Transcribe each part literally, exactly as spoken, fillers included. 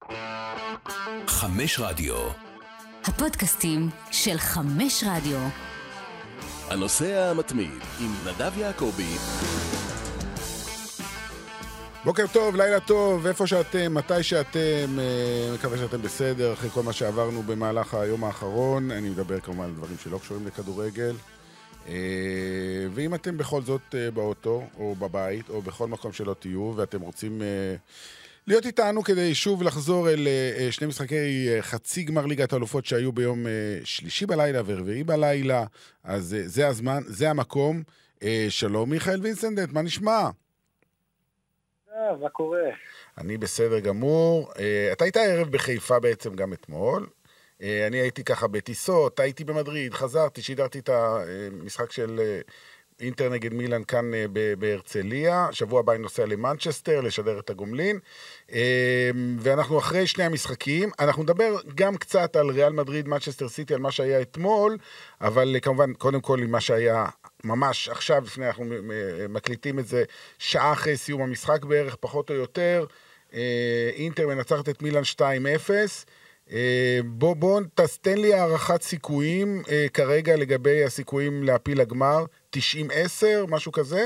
חמש רדיו. הפודקאסטים של חמש רדיו. הנוסע המתמיד עם נדב יעקבי. בוקר טוב, לילה טוב, איפה שאתם, מתי שאתם, מקווה שאתם בסדר, אחרי כל מה שעברנו במהלך היום האחרון. אני מדבר כמובן על דברים שלא קשורים לכדורגל. ואם אתם בכל זאת באוטו, או בבית, או בכל מקום שלא תהיו, ואתם רוצים להיות איתנו כדי שוב לחזור אל שני משחקי חצי גמר ליגת האלופות שהיו ביום שלישי בלילה ורביעי בלילה, אז זה הזמן, זה המקום. שלום מיכאל וינסנדט, מה נשמע? מה קורה? אני בסדר גמור. אתה היית הערב בחיפה בעצם גם אתמול. אני הייתי ככה בטיסות, הייתי במדריד, חזרתי, שידרתי את המשחק של אינטר נגד מילאן כאן בהרצליה. שבוע הבא אני נוסע למנצ'סטר, לשדר את הגומלין. ואנחנו אחרי שני המשחקים. אנחנו נדבר גם קצת על ריאל מדריד, מנצ'סטר סיטי, על מה שהיה אתמול, אבל כמובן, קודם כל, עם מה שהיה ממש עכשיו, לפני אנחנו מקליטים את זה, שעה אחרי סיום המשחק בערך, פחות או יותר. אינטר מנצחת את מילאן שתיים אפס. בוא, בוא, תסתן לי הערכת סיכויים כרגע לגבי הסיכויים להפיל הגמר, תשעים עשר, משהו כזה?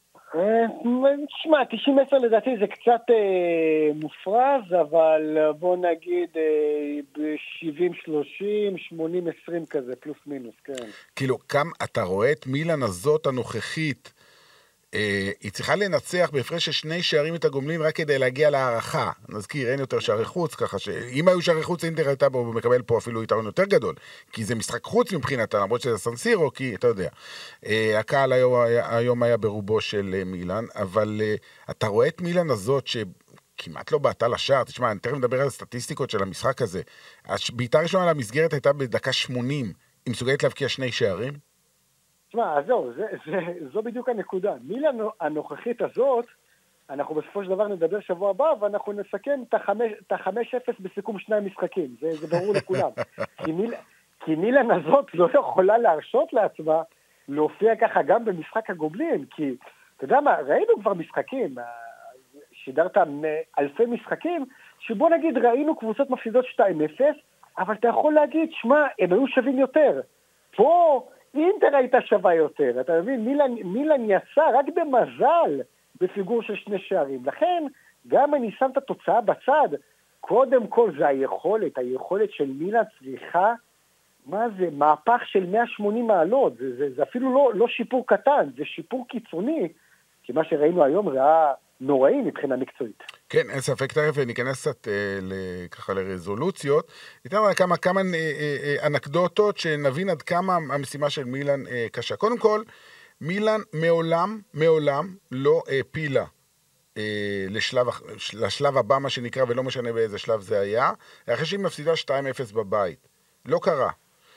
תשמע, תשעים עשר לדעתי זה קצת מופרז, אבל בוא נגיד ב-שבעים שלושים, שמונים עשרים כזה, פלוס מינוס, כן. כאילו, כמה אתה רואה את מילאן הזאת הנוכחית, היא צריכה לנצח בהפרש של שני שערים את הגומלין רק כדי להגיע להערכה. נזכיר, אין יותר שערי חוץ, ככה שאם היו שערי חוץ, אינטר הייתה בו ומקבל פה אפילו יתרון יותר גדול, כי זה משחק חוץ מבחינתה, למרות שזה סנסירו, כי אתה יודע, הקהל היום, היום היה ברובו של מילאן, אבל אתה רואה את מילאן הזאת שכמעט לא בעטה לשער. תשמע, אני תכף מדבר על הסטטיסטיקות של המשחק הזה. בעיטה ראשונה למסגרת הייתה בדקה שמונים, היא מסוגלת להבקיע שני שערים. תשמע, זהו, זה, זה, זו בדיוק הנקודה. מילאן הנוכחית הזאת, אנחנו בסופו של דבר נדבר שבוע הבא, ואנחנו נסכם את ה-חמש אפס בסיכום שני המשחקים. זה, זה ברור לכולם. כי, מיל, כי מילאן הזאת לא יכולה להרשות לעצמה להופיע ככה גם במשחק הגובלין, כי, אתה יודע מה, ראינו כבר משחקים, שידרת אלפי משחקים, שבוא נגיד ראינו קבוצות מפסידות שתיים אפס, אבל אתה יכול להגיד, שמה, הם היו שווים יותר. פה אינטר הייתה שווה יותר, אתה מבין? מילאן, מילאן יצא רק במזל בפיגור של שני שערים. לכן, גם אני שם את התוצאה בצד, קודם כל זה היכולת, היכולת של מילאן צריכה, מה זה? מהפך של מאה ושמונים מעלות, זה, זה, זה אפילו לא, לא שיפור קטן, זה שיפור קיצוני, כי מה שראינו היום ראה נוראי מבחינה מקצועית. כן, אין ספק, תכף ניכנס קצת ככה לרזולוציות. ניתן לה כמה, כמה אנקדוטות שנבין עד כמה המשימה של מילאן קשה. קודם כל, מילאן מעולם, מעולם לא העפילה לשלב, לשלב הבא, מה שנקרא, ולא משנה באיזה שלב זה היה, אחרי שהיא מפסידה שתיים אפס בבית. לא קרה.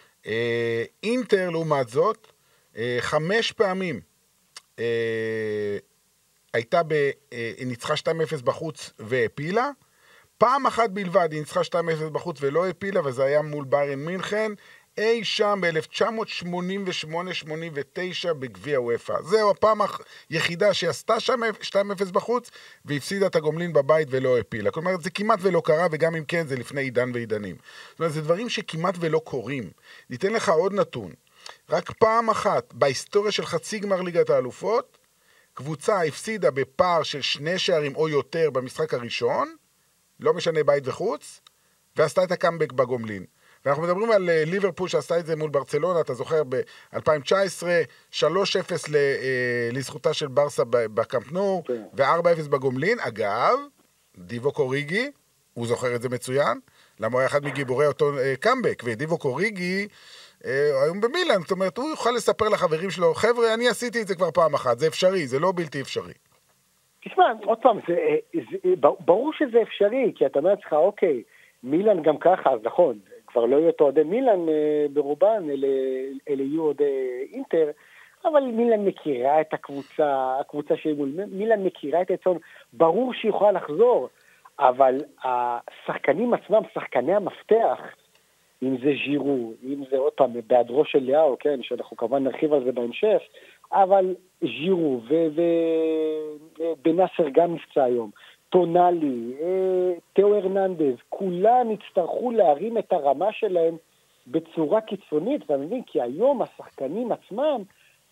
אינטר, לעומת זאת, חמש פעמים הייתה בניצחה שתיים אפס בחוץ והפילה, פעם אחת בלבד היא ניצחה שתיים אפס בחוץ ולא הפילה, וזה היה מול ביירן מינכן, אי שם ב-אלף תשע מאות שמונים ושמונה שמונים ותשע בגביע וופא. זהו הפעם היחידה שעשתה שתיים אפס בחוץ, והפסידה את הגומלין בבית ולא הפילה. כלומר, זה כמעט ולא קרה, וגם אם כן, זה לפני עידן ועידנים. זאת אומרת, זה דברים שכמעט ולא קורים. ניתן לך עוד נתון. רק פעם אחת, בהיסטוריה של חצי גמר ליגת האלופות, קבוצה הפסידה בפער של שני שערים או יותר במשחק הראשון, לא משנה בית וחוץ, ועשתה את הקאמבק בגומלין. ואנחנו מדברים על ליברפול שעשתה את זה מול ברצלונה, אתה זוכר, ב-אלפיים תשע עשרה, שלוש אפס לזכותה של ברסה בקאמפ נו, ו-ארבע אפס בגומלין. אגב, דיבו קוריגי, הוא זוכר את זה מצוין, למה הוא היה אחד מגיבורי אותו קאמבק, ודיבו קוריגי, היום במילאן, זאת אומרת, הוא יוכל לספר לחברים שלו, חבר'ה, אני עשיתי את זה כבר פעם אחת, זה אפשרי, זה לא בלתי אפשרי. תשמע, עוד פעם, זה, זה, ברור שזה אפשרי, כי אתה אומר לך, אוקיי, מילאן גם ככה, אז נכון, כבר לא יהיו תועדי מילאן ברובן, אלה, אלה יהיו עוד אינטר, אבל מילאן מכירה את הקבוצה, הקבוצה שהיא מול, מילאן מכירה את הצון, ברור שהיא יכולה לחזור, אבל השחקנים עצמם, שחקני המפתח, אם זה ז'ירו, אם זה עוד פעם בהדרו של ליאו, כן, שאנחנו כמובן נרחיב על זה בהמשך, אבל ז'ירו ובנאסר גם נפצע היום, טונלי, תאו הרננדז, כולם יצטרכו להרים את הרמה שלהם בצורה קיצונית, אתה מבין? כי היום השחקנים עצמם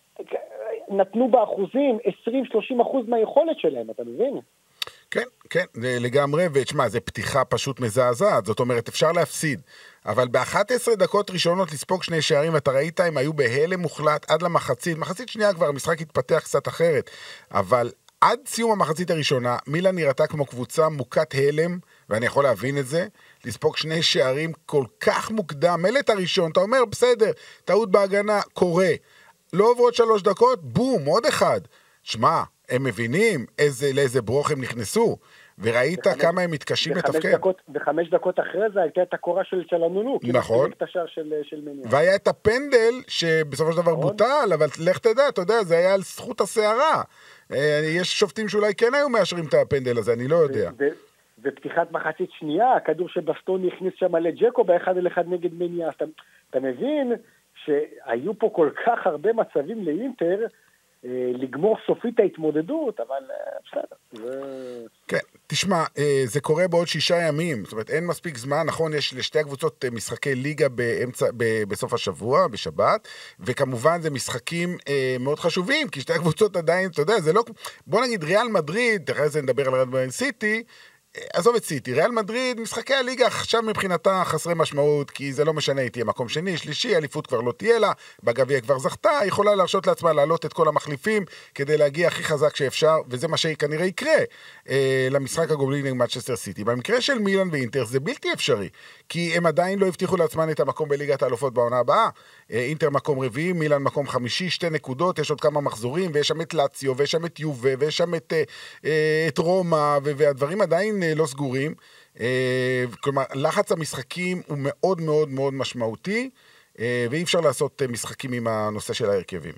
נתנו באחוזים עשרים שלושים אחוז מהיכולת שלהם, אתה מבין? כן, כן, לגמרי, ותשמע, זה פתיחה פשוט מזעזעת, זאת אומרת, אפשר להפסיד, אבל ב-אחת עשרה דקות ראשונות לספוג שני שערים, אתה ראית, הם היו בהלם מוחלט עד למחצית, מחצית שנייה כבר, המשחק התפתח קצת אחרת, אבל עד סיום המחצית הראשונה, מילאן נראתה כמו קבוצה מוכת הלם, ואני יכול להבין את זה, לספוג שני שערים כל כך מוקדם, מלט הראשון, אתה אומר, בסדר, טעות בהגנה, קורה, לא עוברות שלוש דקות, בום, עוד אחד, שמע, הם מבינים איזה, לאיזה ברוך הם נכנסו, וראית וחמש, כמה הם מתקשים לתפקד. דקות, וחמש דקות אחרי זה הייתה את הקורה של צ'לנונו, נכון. את השער של, של מניע. והיה את הפנדל, שבסופו של דבר נכון. בוטל, אבל לך תדע, אתה יודע, זה היה על זכות השערה. יש שופטים שאולי כן היו מאשרים את הפנדל הזה, אני לא יודע. ו- ו- ופתיחת מחצית שנייה, הכדור שבסטוני הכניס שם לג'קו, באחד על אחד נגד מניע. אתה, אתה מבין שהיו פה כל כך הרבה מצבים לאינטר, לגמור סופית ההתמודדות, אבל בסדר. כן, תשמע, זה קורה בעוד שישה ימים, זאת אומרת, אין מספיק זמן, נכון, יש לשתי הקבוצות משחקי ליגה באמצע, בסוף השבוע, בשבת, וכמובן זה משחקים מאוד חשובים, כי שתי הקבוצות עדיין, אתה יודע, זה לא, בוא נגיד ריאל מדריד, אחרי זה נדבר על ריאל מדריד סיטי, עזוב את סיטי, ריאל מדריד, משחקי הליגה עכשיו מבחינתה חסרי משמעות, כי זה לא משנה, היא תהיה מקום שני, שלישי, אליפות כבר לא תהיה לה, בגביע כבר זכתה, היא יכולה להרשות לעצמה להעלות את כל המחליפים, כדי להגיע הכי חזק שאפשר, וזה מה שכנראה יקרה אה, למשחק הגומלין נגד מנצ'סטר סיטי. במקרה של מילאן ואינטר זה בלתי אפשרי, כי הם עדיין לא הבטיחו לעצמן את המקום בליגת האלופות בעונה הבאה, אה, אינטר מקום רביעי, מילאן מקום חמישי, שתי נקודות, יש עוד כמה מחזורים, ויש שם את לאציו, ויש שם את יובה, ויש שם את, אה, את רומא, והדברים עדיין לא סגורים, כלומר, לחץ המשחקים הוא מאוד מאוד מאוד משמעותי, ואי אפשר לעשות משחקים עם הנושא של ההרכבים.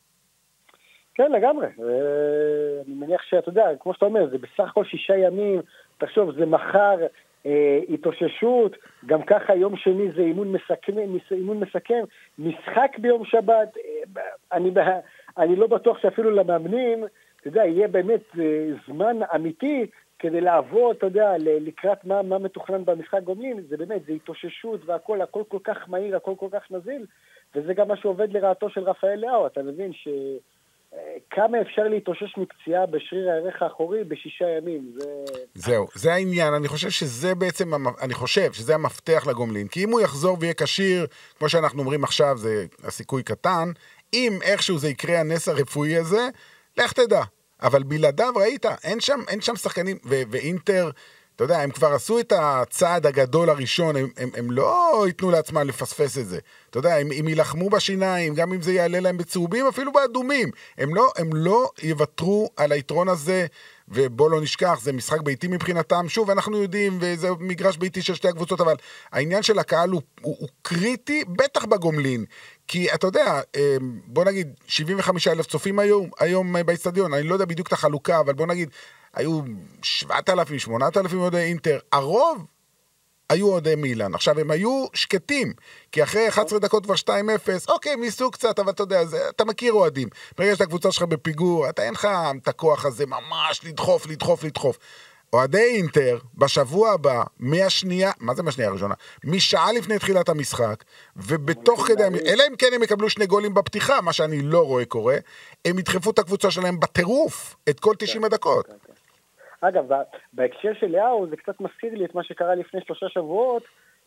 כן, לגמרי. אני מניח שאתה יודע, כמו שאתה אומר, זה בסך הכל שישה ימים, תחשוב, זה מחר התאוששות, גם ככה יום שני זה אימון מסכם, אימון מסכם, משחק ביום שבת, אני, אני לא בטוח שאפילו למאמנים, אתה יודע, יהיה באמת זמן אמיתי, כדי לעבוד, אתה יודע, לקראת מה, מה מתוכנן במשחק גומלין, זה באמת, זה התאוששות והכל, הכל כל כך מהיר, הכל כל כך נזיל, וזה גם מה שעובד לרעתו של רפאל לאו, אתה מבין שכמה אפשר להתאושש מפציעה בשריר הערך האחורי בשישה ימים. זה... זהו, זה העניין, אני חושב שזה בעצם, אני חושב שזה המפתח לגומלין, כי אם הוא יחזור ויהיה קשיר, כמו שאנחנו אומרים עכשיו, זה הסיכוי קטן, אם איכשהו זה יקרה הנס הרפואי הזה, לך תדע. אבל בלעדיו ראית, אין שם, אין שם שחקנים, ו- ואינטר, אתה יודע, הם כבר עשו את הצעד הגדול הראשון, הם, הם, הם לא ייתנו לעצמם לפספס את זה. אתה יודע, הם, הם ילחמו בשיניים, גם אם זה יעלה להם בצהובים, אפילו באדומים. הם לא, הם לא יוותרו על היתרון הזה, ובוא לא נשכח, זה משחק ביתי מבחינתם. שוב, אנחנו יודעים, וזה מגרש ביתי של שתי הקבוצות, אבל העניין של הקהל הוא, הוא, הוא קריטי, בטח בגומלין. כי אתה יודע, בוא נגיד, שבעים וחמישה אלף צופים היום, היום באצטדיון, אני לא יודע בדיוק את החלוקה, אבל בוא נגיד, היו שבעת אלפים, שמונת אלפים עוד אינטר, הרוב היו עוד מילאן. עכשיו, הם היו שקטים, כי אחרי אחת עשרה דקות כבר שתיים אפס, אוקיי, ניסו קצת, אבל אתה יודע, זה, אתה מכיר אוהדים. ברגע שאתה קבוצה שלך בפיגור, אתה אין לך את הכוח הזה ממש לדחוף, לדחוף, לדחוף. אוהדי אינטר, בשבוע הבא, מהשנייה, מה זה מהשנייה הראשונה? משעה לפני תחילת המשחק, ובתוך כדי, אלא אם כן הם יקבלו שני גולים בפתיחה, מה שאני לא רואה קורה, הם ידחפו את הקבוצה שלהם בטירוף, את כל תשעים הדקות. אגב, בהקשר של לאו, זה קצת מזכיר לי את מה שקרה לפני שלושה שבועות,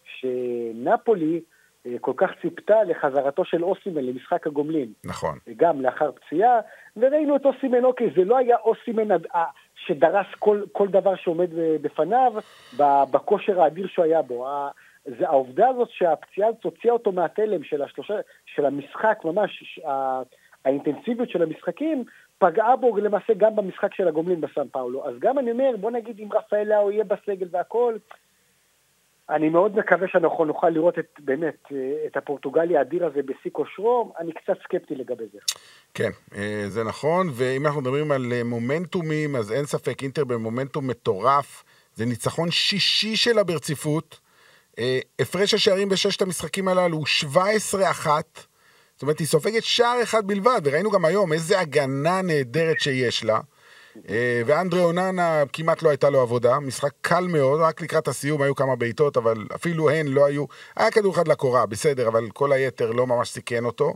שנפולי כל כך ציפתה לחזרתו של אוסימן למשחק הגומלין. נכון. גם לאחר פציעה, וראינו את אוסימן, אוקיי, זה לא היה אוסימן שדרס כל, כל דבר שעומד בפניו, בכושר האדיר שהוא היה בו. זה העובדה הזאת שהפציעה תוציאה אותו מהתלם של השלושה, של המשחק, ממש, האינטנסיביות של המשחקים, פגעה בו למעשה גם במשחק של הגומלין בסן פאולו. אז גם אני אומר, בוא נגיד אם רפאל לאו יהיה בסגל והכל, אני מאוד מקווה שאנחנו נוכל לראות את, באמת, את הפורטוגלי האדיר הזה בשיא כושרו, אני קצת סקפטי לגבי זה. כן, זה נכון, ואם אנחנו מדברים על מומנטומים, אז אין ספק, אינטר במומנטום מטורף, זה ניצחון שישי שלה ברציפות, הפרש השערים בששת המשחקים הללו הוא שבע עשרה אחת, זאת אומרת, היא סופגת שער אחד בלבד, וראינו גם היום איזה הגנה נהדרת שיש לה, ואנדרי אוננה כמעט לא הייתה לו עבודה, משחק קל מאוד, רק לקראת הסיום היו כמה בעיטות, אבל אפילו הן לא היו, היה כדור אחד לקורה, בסדר, אבל כל היתר לא ממש סיכן אותו,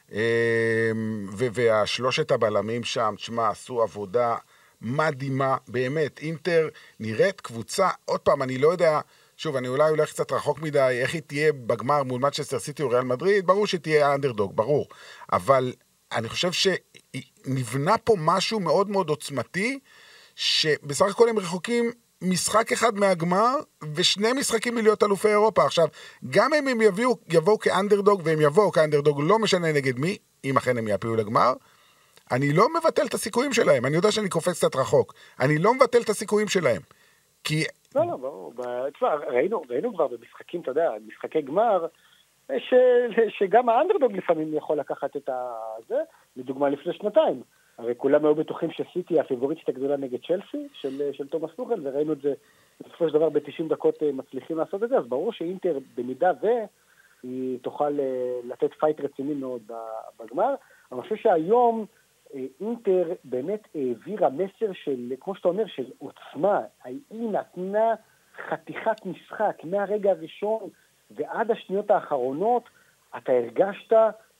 והשלושת הבלמים שם, תשמע, עשו עבודה מדהימה, באמת, אינטר נראית קבוצה, עוד פעם, אני לא יודע, שוב, אני אולי הולך קצת רחוק מדי, איך היא תהיה בגמר מול מנצ'סטר סיטי או ריאל מדריד, ברור שתהיה אנדרדוג, ברור, אבל אני חושב שנבנה פה משהו מאוד מאוד עוצמתי, שבסך הכל הם רחוקים משחק אחד מהגמר, ושני משחקים מלהיות אלופי אירופה. עכשיו, גם אם הם יביאו, יבואו כאנדרדוג, והם יבואו כאנדרדוג, לא משנה נגד מי, אם אכן הם יפיעו לגמר, אני לא מבטל את הסיכויים שלהם. אני יודע שאני קופץ קצת רחוק. אני לא מבטל את הסיכויים שלהם. כי... לא, לא, ברור. תשמע, ראינו, ראינו כבר במשחקים, אתה יודע, משחקי גמר, ש... שגם האנדרדוג לפעמים יכול לקחת את זה, לדוגמה לפני שנתיים. הרי כולם היו בטוחים שסיטי הפיבוריטית הגדולה נגד צ'לסי של, של תומאס טוחל, וראינו את זה בסופו של דבר ב-תשעים דקות מצליחים לעשות את זה, אז ברור שאינטר במידה והיא תוכל לתת פייט רציני מאוד בגמר, אבל אני חושב שהיום אינטר באמת העבירה מסר של, כמו שאתה אומר, של עוצמה, היא נתנה חתיכת משחק מהרגע הראשון ועד השניות האחרונות, אתה הרגשת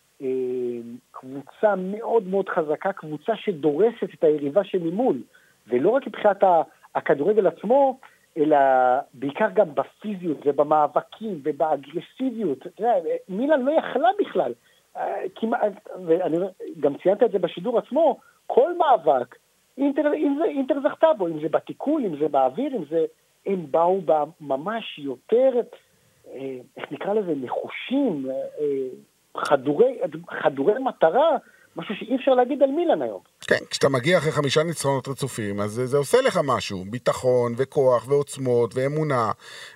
קבוצה מאוד מאוד חזקה, קבוצה שדורסת את היריבה שממול, ולא רק מבחינת הכדורגל עצמו, אלא בעיקר גם בפיזיות ובמאבקים ובאגרסיביות. מילאן לא יכלה בכלל, ואני גם ציינת את זה בשידור עצמו, כל מאבק, אינטר, אינטר זכתה בו, אם זה בתיקול, אם זה באוויר, אם זה, הם באו ממש יותר, איך נקרא לזה, נחושים, חדורי, חדורי מטרה, משהו שאי אפשר להגיד על מילאן היום. כן, כשאתה מגיע אחרי חמישה ניצחונות רצופים, אז זה, זה עושה לך משהו, ביטחון וכוח ועוצמות ואמונה,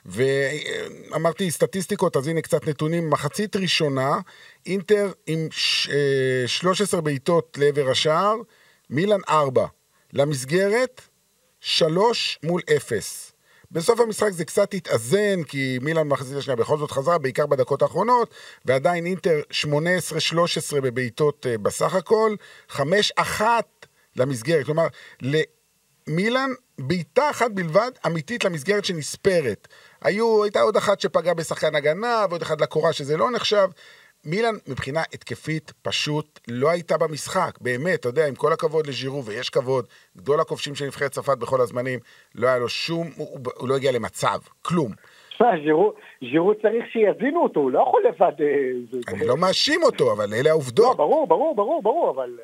ואמרתי סטטיסטיקות, אז הנה קצת נתונים, מחצית ראשונה, אינטר עם שלוש עשרה בעיטות לעבר השער, מילאן ארבע, למסגרת שלוש מול אפס. בסוף המשחק זה קצת התאזן, כי מילאן מחצית השנייה בכל זאת חזרה, בעיקר בדקות האחרונות, ועדיין אינטר שמונה עשרה שלוש עשרה בבעיטות בסך הכל, חמש אחת למסגרת, כלומר, למילאן בעיטה אחת בלבד, אמיתית למסגרת שנספרת. היו, הייתה עוד אחת שפגעה בשחקן הגנה, ועוד אחד לקורה שזה לא נחשב, מילאן מבחינה התקפית פשוט לא הייתה במשחק, באמת, אתה יודע, עם כל הכבוד לז'ירו, ויש כבוד, גדול הכובשים של נבחרת צרפת בכל הזמנים, לא היה לו שום, הוא, הוא לא הגיע למצב, כלום. ז'ירו, ז'ירו צריך שיזינו אותו, הוא לא יכול לבד... אני לא מאשים אותו, אבל אלה העובדות. לא, ברור, ברור, ברור, ברור, אבל...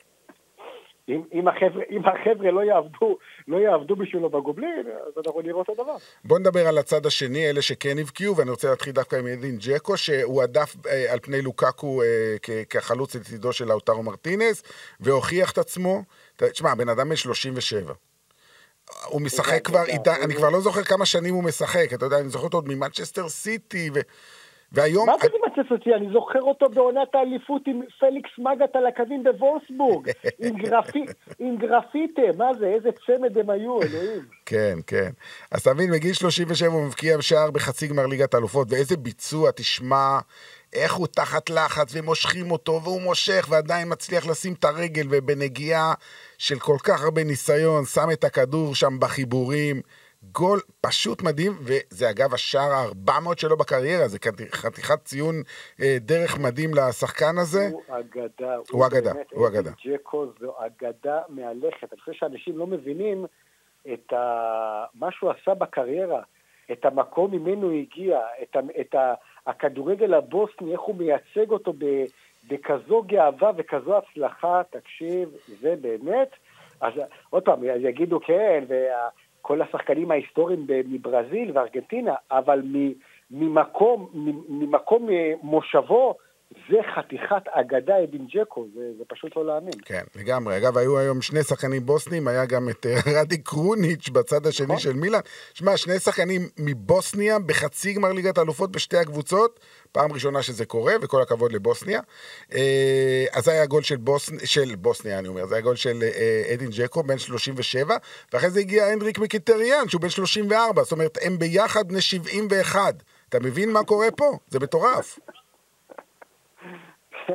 אם, אם, החבר'ה, אם החבר'ה לא יעבדו, לא יעבדו בשבילו בגובלין, אז אנחנו נראה אותו דבר. בוא נדבר על הצד השני, אלה שכן הבקיעו, ואני רוצה להתחיל דווקא עם אדין ג'קו, שהוא עדף אה, על פני לוקאקו אה, כ- כחלוץ לצידו של לאוטרו מרטינס, והוכיח את עצמו. תשמע, בן אדם שלושים ושבע. הוא משחק כבר, איתה, אני כבר לא זוכר כמה שנים הוא משחק, אתה יודע, אני זוכר אותו עוד ממנצ'סטר סיטי, ו... והיום... מה זה מצא אותי? אני זוכר אותו בעונת האליפות עם פליקס מגת על הקווים בוולסבורג, עם, גרפי, עם גרפיטה, מה זה? איזה צמד הם היו, אלוהים. כן, כן. אז תבין, מגיל שלושים ושבע הוא מבקיע שער בחצי גמר ליגת האלופות, ואיזה ביצוע, תשמע, איך הוא תחת לחץ ומושכים אותו, והוא מושך ועדיין מצליח לשים את הרגל, ובנגיעה של כל כך הרבה ניסיון, שם את הכדור שם בחיבורים, גול פשוט מדהים, וזה אגב השער ה-ארבע מאות שלו בקריירה, זה חתיכת ציון אה, דרך מדהים לשחקן הזה. הוא אגדה. הוא, הוא אגדה, הוא אגדה. ג'קו זו אגדה מהלכת. אני חושב שאנשים לא מבינים את ה... מה שהוא עשה בקריירה, את המקום ממנו הגיע, את, ה... את ה... הכדורגל הבוסני, איך הוא מייצג אותו ב... בכזו גאווה וכזו הצלחה, תקשיב, זה באמת. אז עוד פעם, יגידו כן, וה... כל השחקנים ההיסטוריים מברזיל וארגנטינה, אבל ממקום, ממקום מושבו, זה חתיכת אגדה אדין ג'קו, זה, זה פשוט לא להאמין. כן, לגמרי. אגב, היו היום שני שחקנים בוסנים, היה גם את רדי קרוניץ' בצד השני נכון? של מילאן. שמע, שני שחקנים מבוסניה, בחצי גמר ליגת האלופות בשתי הקבוצות, פעם ראשונה שזה קורה, וכל הכבוד לבוסניה. אז זה היה גול של, בוסנ... של בוסניה, אני אומר, זה היה גול של אדין ג'קו, בן שלושים ושבע, ואחרי זה הגיע הנדריק מקיטריאן, שהוא בן שלושים וארבע, זאת אומרת, הם ביחד בני שבעים ואחת. אתה מבין מה קורה פה? זה מטורף.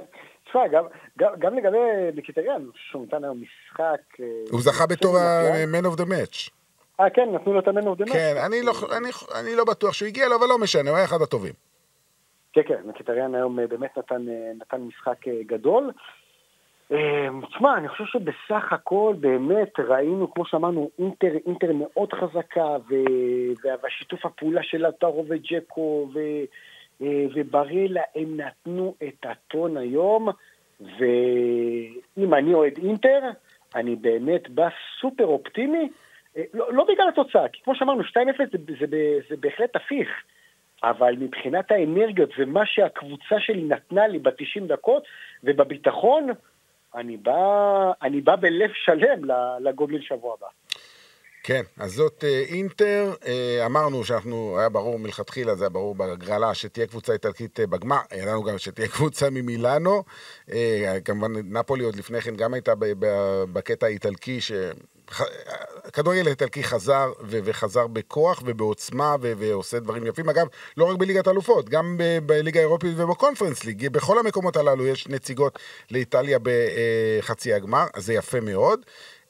תשמע, גם, גם, גם לגבי מקיטריאן, שהוא נתן היום משחק... הוא זכה בתור ה-Man of the Match. אה, כן, נתנו לו את ה-Man of the Match. כן, אני לא, אני, אני לא בטוח שהוא הגיע לו, אבל לא משנה, הוא היה אחד הטובים. כן, כן, מקיטריאן היום באמת נתן, נתן משחק גדול. תשמע, אני חושב שבסך הכל באמת ראינו, כמו שאמרנו, אינטר, אינטר מאוד חזקה, והשיתוף הפעולה של אוטרו וג'קו ו... וברילה, הם נתנו את הטון היום, ואם אני אוהד אינטר, אני באמת בא סופר אופטימי, לא, לא בגלל התוצאה, כי כמו שאמרנו, שתיים אפס זה, זה, זה, זה בהחלט הפיך, אבל מבחינת האנרגיות ומה שהקבוצה שלי נתנה לי ב-תשעים דקות, ובביטחון, אני בא, אני בא בלב שלם לגובלין שבוע הבא. כן, אז זאת אינטר, אמרנו שאנחנו, היה ברור מלכתחילה, זה היה ברור בגרלה, שתהיה קבוצה איטלקית בגמר, ידענו גם שתהיה קבוצה ממילאנו, כמובן נפולי עוד לפני כן גם הייתה בקטע האיטלקי, כדורגל האיטלקי חזר וחזר בכוח ובעוצמה ועושה דברים יפים, אגב, לא רק בליגת האלופות, גם בליגה האירופית ובקונפרנס ליג, בכל המקומות הללו יש נציגות לאיטליה בחצי הגמר, אז זה יפה מאוד.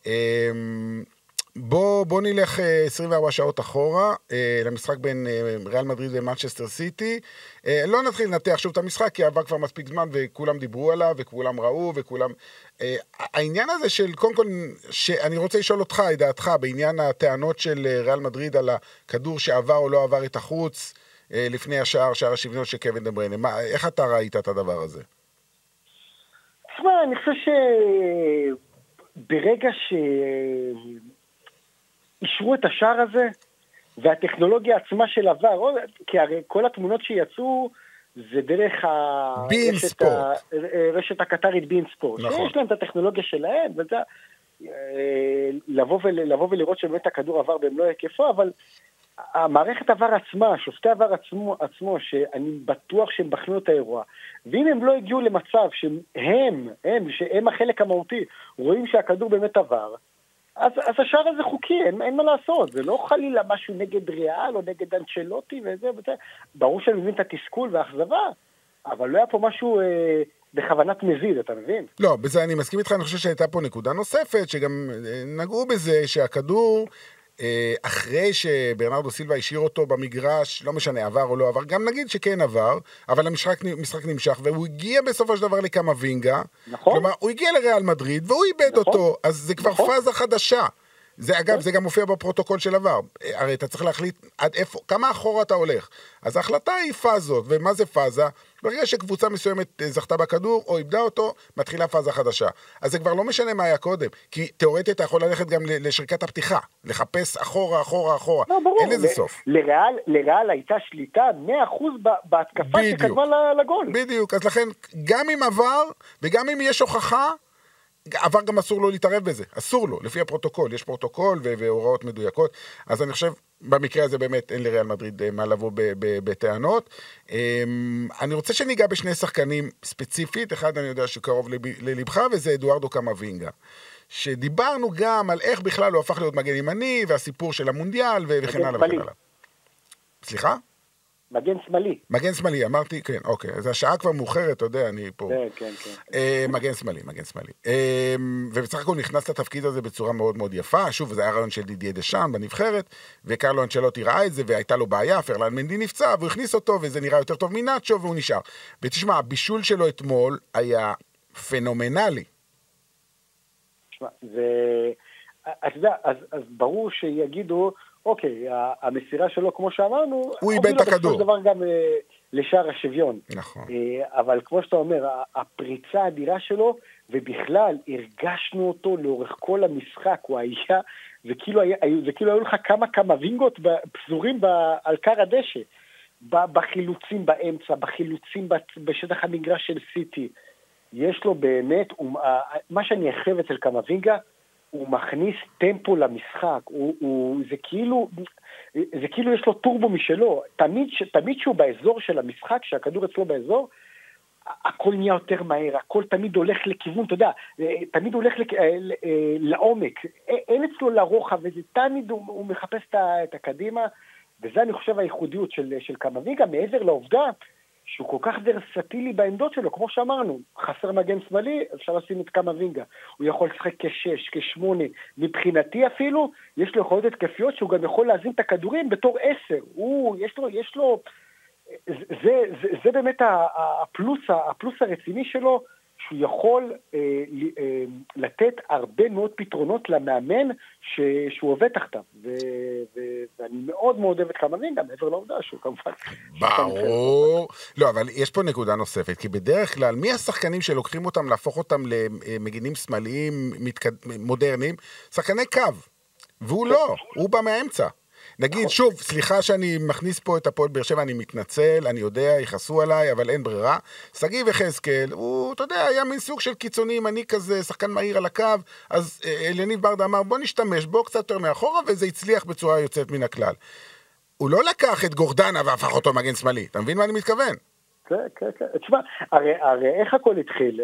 בוא, בוא נלך עשרים וארבע שעות אחורה, למשחק בין ריאל מדריד ומנצ'סטר סיטי. לא נתחיל לנתח שוב את המשחק, כי עבר כבר מספיק זמן, וכולם דיברו עליו, וכולם ראו, וכולם... העניין הזה של, קודם כל, שאני רוצה לשאול אותך, את דעתך, בעניין הטענות של ריאל מדריד על הכדור שעבר או לא עבר את החוץ, לפני השער, שער השוויון של קווין דה בריינה. מה, איך אתה ראית את הדבר הזה? תשמע, אני חושב שברגע ש... אישרו את השער הזה, והטכנולוגיה עצמה של עבר, כי הרי כל התמונות שיצאו, זה דרך הרשת הקטרית בין ספורט. נכון. שיש להם את הטכנולוגיה שלהם, וזה, לבוא, לבוא ולראות שבאמת הכדור עבר במלוא היקפו, אבל המערכת עבר עצמה, שופטי עבר עצמו, עצמו, שאני בטוח שהם בחנו את האירוע, ואם הם לא הגיעו למצב שהם, הם, שהם החלק המהותי, רואים שהכדור באמת עבר, אז, אז השער הזה חוקי, אין, אין מה לעשות, זה לא חלילה משהו נגד ריאל או נגד אנצ'לוטי וזה וזה, ברור שאני מבין את התסכול והאכזבה, אבל לא היה פה משהו אה, בכוונת מזיד, אתה מבין? לא, בזה אני מסכים איתך, אני חושב שהייתה פה נקודה נוספת, שגם נגעו בזה שהכדור, אחרי שברנרדו סילבה השאיר אותו במגרש, לא משנה, עבר או לא עבר, גם נגיד שכן עבר, אבל המשחק, המשחק נמשך, והוא הגיע בסופו של דבר לקמבינגה, נכון. כלומר, הוא הגיע לריאל מדריד, והוא איבד נכון. אותו, אז זה כבר נכון. פאזה חדשה. זה אגב, זה גם מופיע בפרוטוקול של עבר. הרי אתה צריך להחליט עד איפה, כמה אחורה אתה הולך. אז ההחלטה היא פאזות, ומה זה פאזה? ברגע שקבוצה מסוימת זכתה בכדור, או איבדה אותו, מתחילה פאזה חדשה. אז זה כבר לא משנה מה היה קודם, כי תיאורטית אתה יכול ללכת גם לשריקת הפתיחה, לחפש אחורה, אחורה, אחורה. לא, ברור. אין לזה סוף. לריאל, לריאל הייתה שליטה מאה אחוז בהתקפה שקדמה לגול. בדיוק, אז לכן, גם אם עבר, וגם אם יש הוכחה, עבר גם אסור לו להתערב בזה, אסור לו, לפי הפרוטוקול, יש פרוטוקול והוראות מדויקות, אז אני חושב, במקרה הזה באמת אין לריאל מדריד מה לבוא בטענות. אני רוצה שניגע בשני שחקנים ספציפית, אחד אני יודע שקרוב ללבך, וזה אדוארדו קמבינגה, שדיברנו גם על איך בכלל הוא הפך להיות מגן ימני, והסיפור של המונדיאל וכן הלאה וכן הלאה. סליחה? מגן שמאלי. מגן שמאלי, אמרתי, כן, אוקיי. אז השעה כבר מאוחרת, אתה יודע, אני פה. כן, כן, כן. אה, מגן שמאלי, מגן שמאלי. אה, ובסך הכל נכנס לתפקיד הזה בצורה מאוד מאוד יפה. שוב, זה היה רעיון של דידיה דשאן בנבחרת, וקרלו אנצ'לוטי ראה את זה, והייתה לו בעיה, פרלן מנדי נפצע, והוא הכניס אותו, וזה נראה יותר טוב מנאצ'ו, והוא נשאר. ותשמע, הבישול שלו אתמול היה פנומנלי. תשמע, זה... אתה יודע, אז, אז ברור שיגידו, אוקיי, המסירה שלו, כמו שאמרנו, הוא איבד את הכדור. זה דבר גם לשער השוויון. נכון. אבל כמו שאתה אומר, הפריצה האדירה שלו, ובכלל הרגשנו אותו לאורך כל המשחק, הוא היה, וכאילו, היה, וכאילו היו לך כמה כמה וינגות פזורים על קר הדשא, בחילוצים באמצע, בחילוצים בשטח המגרש של סיטי. יש לו באמת, מה שאני אחב אצל קמבינגה, הוא מכניס טמפו למשחק, הוא, הוא, זה כאילו, זה כאילו יש לו טורבו משלו, תמיד, תמיד שהוא באזור של המשחק, שהכדור אצלו באזור, הכל נהיה יותר מהר, הכל תמיד הולך לכיוון, אתה יודע, תמיד הולך לק, לעומק, אין אצלו לרוחב, וזה תמיד הוא, הוא מחפש את הקדימה, וזה אני חושב הייחודיות של, של קמבינגה, מעבר לעובדה, שהוא כל כך ורסטילי בעמדות שלו, כמו שאמרנו, חסר מגן שמאלי, אפשר לשים את קמבינגה, הוא יכול לשחק כשש, כשמונה, מבחינתי אפילו, יש לו יכולות התקפיות שהוא גם יכול להזין את הכדורים בתור עשר, הוא, יש לו, יש לו, זה, זה, זה באמת הפלוס, הפלוס הרציני שלו, שהוא יכול אה, אה, לתת הרבה מאוד פתרונות למאמן ש, שהוא עובד תחתיו, ו, ו, ואני מאוד מאוד אוהב את קמבינגה, מעבר לעובדה שהוא כמובן... ברור. לא, אבל יש פה נקודה נוספת, כי בדרך כלל, מי השחקנים שלוקחים אותם, להפוך אותם למגינים שמאליים מודרניים? שחקני קו, והוא לא, הוא בא מהאמצע. נגיד, שוב, סליחה שאני מכניס פה את הפועל באר שבע, אני מתנצל, אני יודע, יכעסו עליי, אבל אין ברירה. שגיב יחזקאל, הוא, אתה יודע, היה מין סוג של קיצוני, אני כזה, שחקן מהיר על הקו, אז אליניב ברדה אמר, בוא נשתמש בו קצת יותר מאחורה, וזה הצליח בצורה יוצאת מן הכלל. הוא לא לקח את גורדנה והפך אותו מגן שמאלי, אתה מבין מה אני מתכוון? כן, כן, כן. תשמע, הרי, הרי איך הכל התחיל?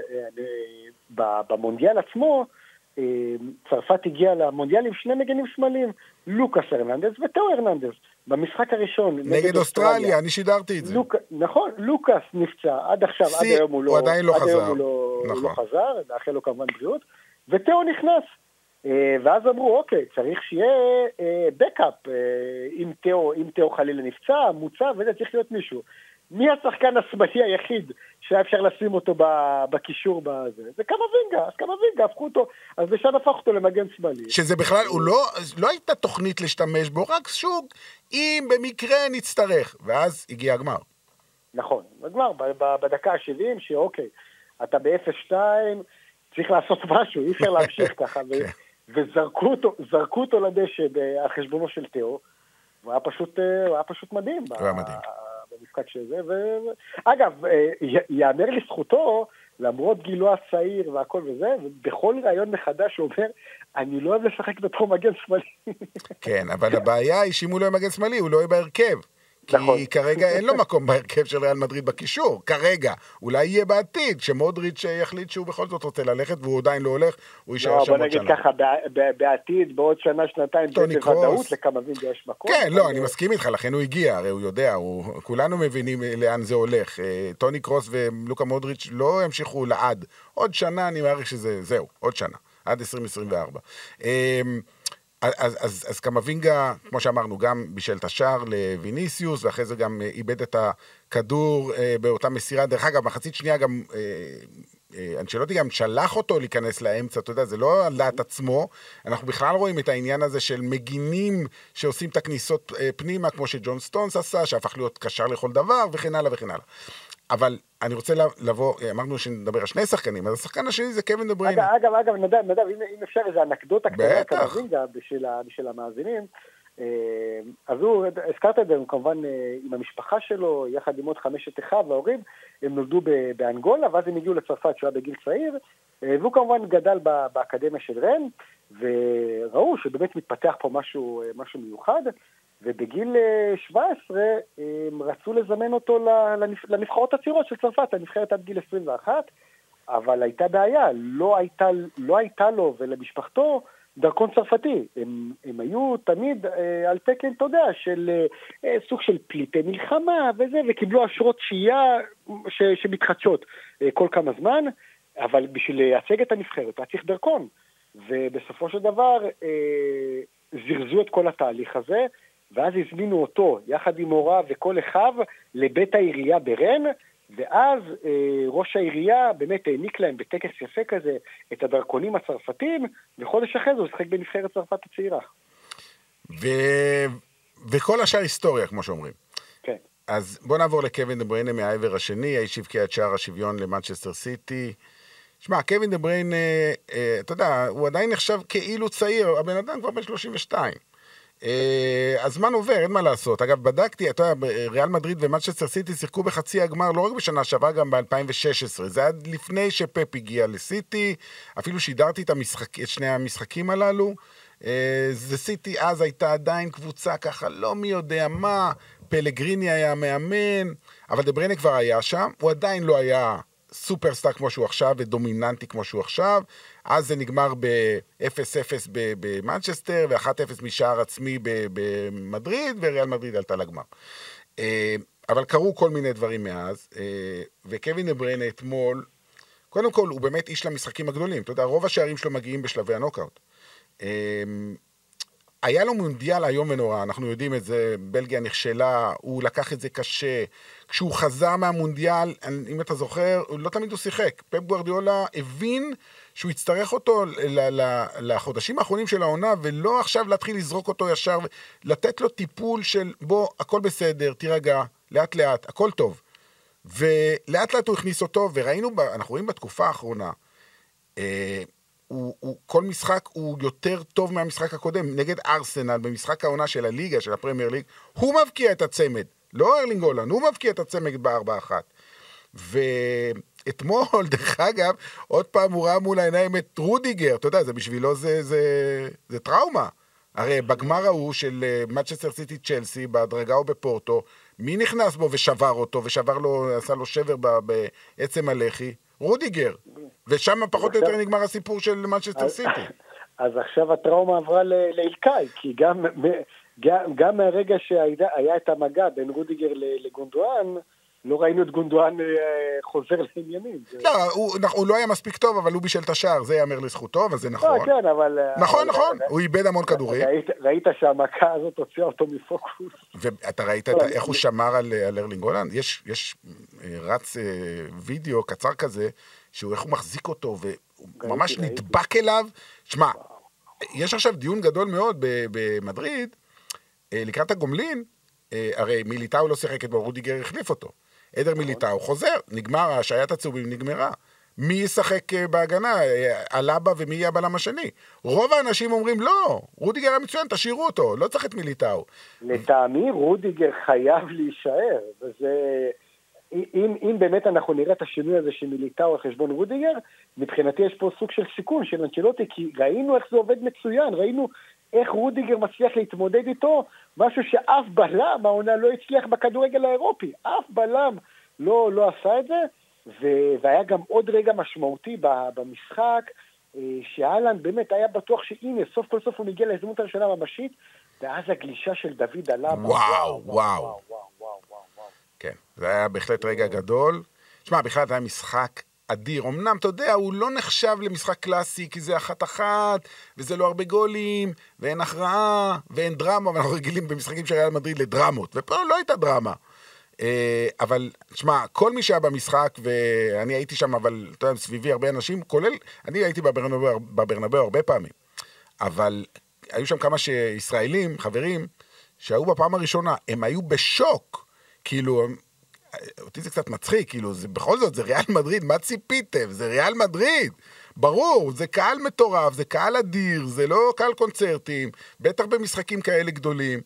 במונדיאל עצמו, צרפת הגיעה למונדיאל עם שני מגנים שמאליים, לוקאס הרננדז וטאו הרננדז, במשחק הראשון נגד, נגד אוסטרליה, אוסטרליה, אני שידרתי את זה. לוק, נכון, לוקאס נפצע, עד עכשיו, סי, עד היום הוא לא, הוא עדיין לא עד חזר. הוא לא, נכון. הוא לא חזר, לאחל לו כמובן בריאות, וטאו נכנס, ואז אמרו, אוקיי, צריך שיהיה בקאפ, אם טאו, אם טאו חלילה נפצע, מוצא, וזה צריך להיות מישהו. מי השחקן השמאלי היחיד שהיה אפשר לשים אותו בקישור בזה? זה קמבינגה, אז קמבינגה הפכו אותו, אז לשם הפך אותו למגן שמאלי. שזה בכלל, הוא לא, לא הייתה תוכנית להשתמש בו, רק שוב, אם במקרה נצטרך, ואז הגיע הגמר. נכון, הגמר, בדקה ה-שבעים, שאוקיי, אתה ב-אפס שתיים, צריך לעשות משהו, אי אפשר להמשיך ככה, וזרקו אותו, זרקו אותו לדשא בחשבונו של תאו, הוא היה פשוט, הוא היה פשוט מדהים. הוא היה מדהים. במשחק שזה, ו... אגב, יאמר לזכותו, למרות גילו הצעיר והכל וזה, ובכל רעיון מחדש הוא אומר, אני לא אוהב לשחק בתור מגן שמאלי. כן, אבל הבעיה היא שאם הוא לא מגן שמאלי, הוא לא יהיה בהרכב. נכון. כי כרגע אין לו מקום בהרכב של ריאל מדריד בקישור, כרגע. אולי יהיה בעתיד, שמודריץ' יחליט שהוא בכל זאת רוצה ללכת, והוא עדיין לא הולך, הוא יישאר שם עוד שנה. בוא נגיד ככה, בעתיד, בעוד שנה, שנתיים, בוודאות לכמבין יש מקום. כן, לא, אני מסכים איתך, לכן הוא הגיע, הרי הוא יודע, כולנו מבינים לאן זה הולך. טוני קרוס ולוקה מודריץ' לא ימשיכו לעד. עוד שנה, אני מעריך שזה, זהו, עוד שנה, עד עשרים עשרים וארבע. אז, אז, אז קמבינגה, כמו שאמרנו, גם בישל את השער לויניסיוס, ואחרי זה גם איבד את הכדור אה, באותה מסירה. דרך אגב, מחצית שנייה גם, אה, אה, אנשלוטי גם שלח אותו להיכנס לאמצע, אתה יודע, זה לא על דעת עצמו, אנחנו בכלל רואים את העניין הזה של מגינים שעושים את הכניסות אה, פנימה, כמו שג'ון סטונס עשה, שהפך להיות קשר לכל דבר, וכן הלאה וכן הלאה. אבל אני רוצה לבוא, אמרנו שנדבר על שני שחקנים, אז השחקן השני זה קווין דה בריינה. אגב, אגב, נדב, נדב, אם אפשר איזו אנקדוטה קטנה קמבינגה בשביל המאזינים, אז הוא, הזכרת את זה, כמובן עם המשפחה שלו, יחד עם עוד חמשת אחיו וההורים, הם נולדו באנגולה, ואז הם הגיעו לצרפת שהוא היה בגיל צעיר, והוא כמובן גדל באקדמיה של רן, וראו שבאמת מתפתח פה משהו, משהו מיוחד, ובגיל שבע עשרה הם רצו לזמן אותו לנבחרות הצעירות של צרפת, הנבחרת עד גיל עשרים ואחת, אבל הייתה בעיה, לא הייתה, לא הייתה לו ולמשפחתו דרכון צרפתי. הם, הם היו תמיד אה, על תקן, אתה יודע, של אה, סוג של פליטי מלחמה וזה, וקיבלו אשרות שהייה ש, שמתחדשות אה, כל כמה זמן, אבל בשביל לייצג את הנבחרת, היה צריך דרכון. ובסופו של דבר אה, זרזו את כל התהליך הזה, ואז הזמינו אותו, יחד עם הוריו וכל אחיו, לבית העירייה ברן, ואז אה, ראש העירייה באמת העניק להם בטקס יפה כזה את הדרכונים הצרפתיים, וחודש אחרי זה הוא שחק בנבחרת צרפת הצעירה. ו... וכל השאר היסטוריה, כמו שאומרים. כן. אז בוא נעבור לקווין דה בריינה מהעבר השני, האיש הבקיע את שער השוויון למנצ'סטר סיטי. שמע, קווין דה בריינה, אה, אתה יודע, הוא עדיין נחשב כאילו צעיר, הבן אדם כבר בן שלושים ושתיים. הזמן עובר, אין מה לעשות. אגב, בדקתי, אתה יודע, ריאל מדריד ומנצ'סטר סיטי שיחקו בחצי הגמר, לא רק בשנה שעברה, גם ב-אלפיים ושש עשרה. זה עד לפני שפפ הגיע לסיטי, אפילו שידרתי את, המשחק, את שני המשחקים הללו. זה סיטי אז הייתה עדיין קבוצה ככה, לא מי יודע מה, פלגריני היה מאמן, אבל דה בריינה כבר היה שם, הוא עדיין לא היה סופרסטאר כמו שהוא עכשיו, ודומיננטי כמו שהוא עכשיו. אז זה נגמר ב-אפס אפס במנצ'סטר, ו-אחת אפס משער עצמי במדריד, וריאל מדריד עלתה לגמר. אבל קרו כל מיני דברים מאז, וקווין דה בריינה אתמול, קודם כל, הוא באמת איש למשחקים הגדולים. אתה יודע, רוב השערים שלו מגיעים בשלבי הנוקאוט. היה לו מונדיאל היום ונורא, אנחנו יודעים את זה, בלגיה נכשלה, הוא לקח את זה קשה. כשהוא חזר מהמונדיאל, אם אתה זוכר, לא תמיד הוא שיחק. פפ גוארדיולה הבין שהוא יצטרך אותו לחודשים האחרונים של העונה, ולא עכשיו להתחיל לזרוק אותו ישר, לתת לו טיפול של בוא, הכל בסדר, תירגע, לאט לאט, הכל טוב. ולאט לאט הוא הכניס אותו, וראינו, אנחנו רואים בתקופה האחרונה, אה, הוא, הוא, כל משחק הוא יותר טוב מהמשחק הקודם, נגד ארסנל, במשחק העונה של הליגה, של הפרמייר ליג, הוא מבקיע את הצמד, לא ארלינג הולנד, הוא מבקיע את הצמד בארבע אחת. ואתמול, דרך אגב, עוד פעם הוא ראה מול העיניים את רודיגר, אתה יודע, זה בשבילו זה, זה, זה טראומה. הרי בגמר ההוא של מנצ'סטר סיטי צ'לסי, בהדרגה או בפורטו, מי נכנס בו ושבר אותו, ושבר לו, עשה לו שבר בעצם הלחי? רודיגר. ושם פחות או יותר נגמר הסיפור של מנצ'סטר סיטי. אז עכשיו הטראומה עברה לאילקאי, כי גם, גם, גם מהרגע שהיה את המגע בין רודיגר לגונדואן, לא ראינו את גונדואן חוזר לעניינים. לא, הוא לא היה מספיק טוב, אבל הוא בישל את השער, זה יאמר לזכותו, אבל זה נכון. כן, אבל... נכון, נכון, הוא איבד המון כדורים. ראית שהמכה הזאת הוציאה אותו מפוקוס. ואתה ראית איך הוא שמר על ארלינג הולנד? יש רץ וידאו קצר כזה, שהוא איך הוא מחזיק אותו, והוא ממש נדבק אליו. שמע, יש עכשיו דיון גדול מאוד במדריד, לקראת הגומלין, הרי מיליטאו לא שיחק את בו, רודיגר החליף אותו. עדר מיליטאו חוזר, נגמר, השעיית הצהובים נגמרה. מי ישחק בהגנה? אלאבה ומי יהיה הבלם השני? רוב האנשים אומרים, לא, רודיגר המצוין, תשאירו אותו, לא צריך את מיליטאו. לטעמי, רודיגר חייב להישאר, וזה... אם, אם באמת אנחנו נראה את השינוי הזה של מיליטאו על חשבון רודיגר, מבחינתי יש פה סוג של סיכון של אנצ'לוטי, כי ראינו איך זה עובד מצוין, ראינו איך רודיגר מצליח להתמודד איתו, משהו שאף בלם העונה לא הצליח בכדורגל האירופי, אף בלם לא, לא עשה את זה, ו- והיה גם עוד רגע משמעותי במשחק, שאלן באמת היה בטוח שהנה, סוף כל סוף הוא מגיע להזדמנות הראשונה ממשית, ואז הגלישה של דוד אלאבה. וואו, וואו. כן, זה היה בהחלט רגע גדול. תשמע, בכלל זה היה משחק אדיר. אמנם, אתה יודע, הוא לא נחשב למשחק קלאסי, כי זה אחת-אחת, וזה לא הרבה גולים, ואין הכרעה, ואין דרמה, ואנחנו רגילים במשחקים של ריאל מדריד לדרמות, ופה לא הייתה דרמה. אבל, תשמע, כל מי שהיה במשחק, ואני הייתי שם, אבל, אתה יודע, סביבי הרבה אנשים, כולל, אני הייתי בברנבאו, בברנבאו הרבה פעמים, אבל היו שם כמה שישראלים, חברים, שהיו בפעם הראשונה, הם היו בשוק, כאילו, אותי זה קצת מצחיק, כאילו, זה, בכל זאת, זה ריאל מדריד, מה ציפיתם? זה ריאל מדריד, ברור, זה קהל מטורף, זה קהל אדיר, זה לא קהל קונצרטים, בטח במשחקים כאלה גדולים.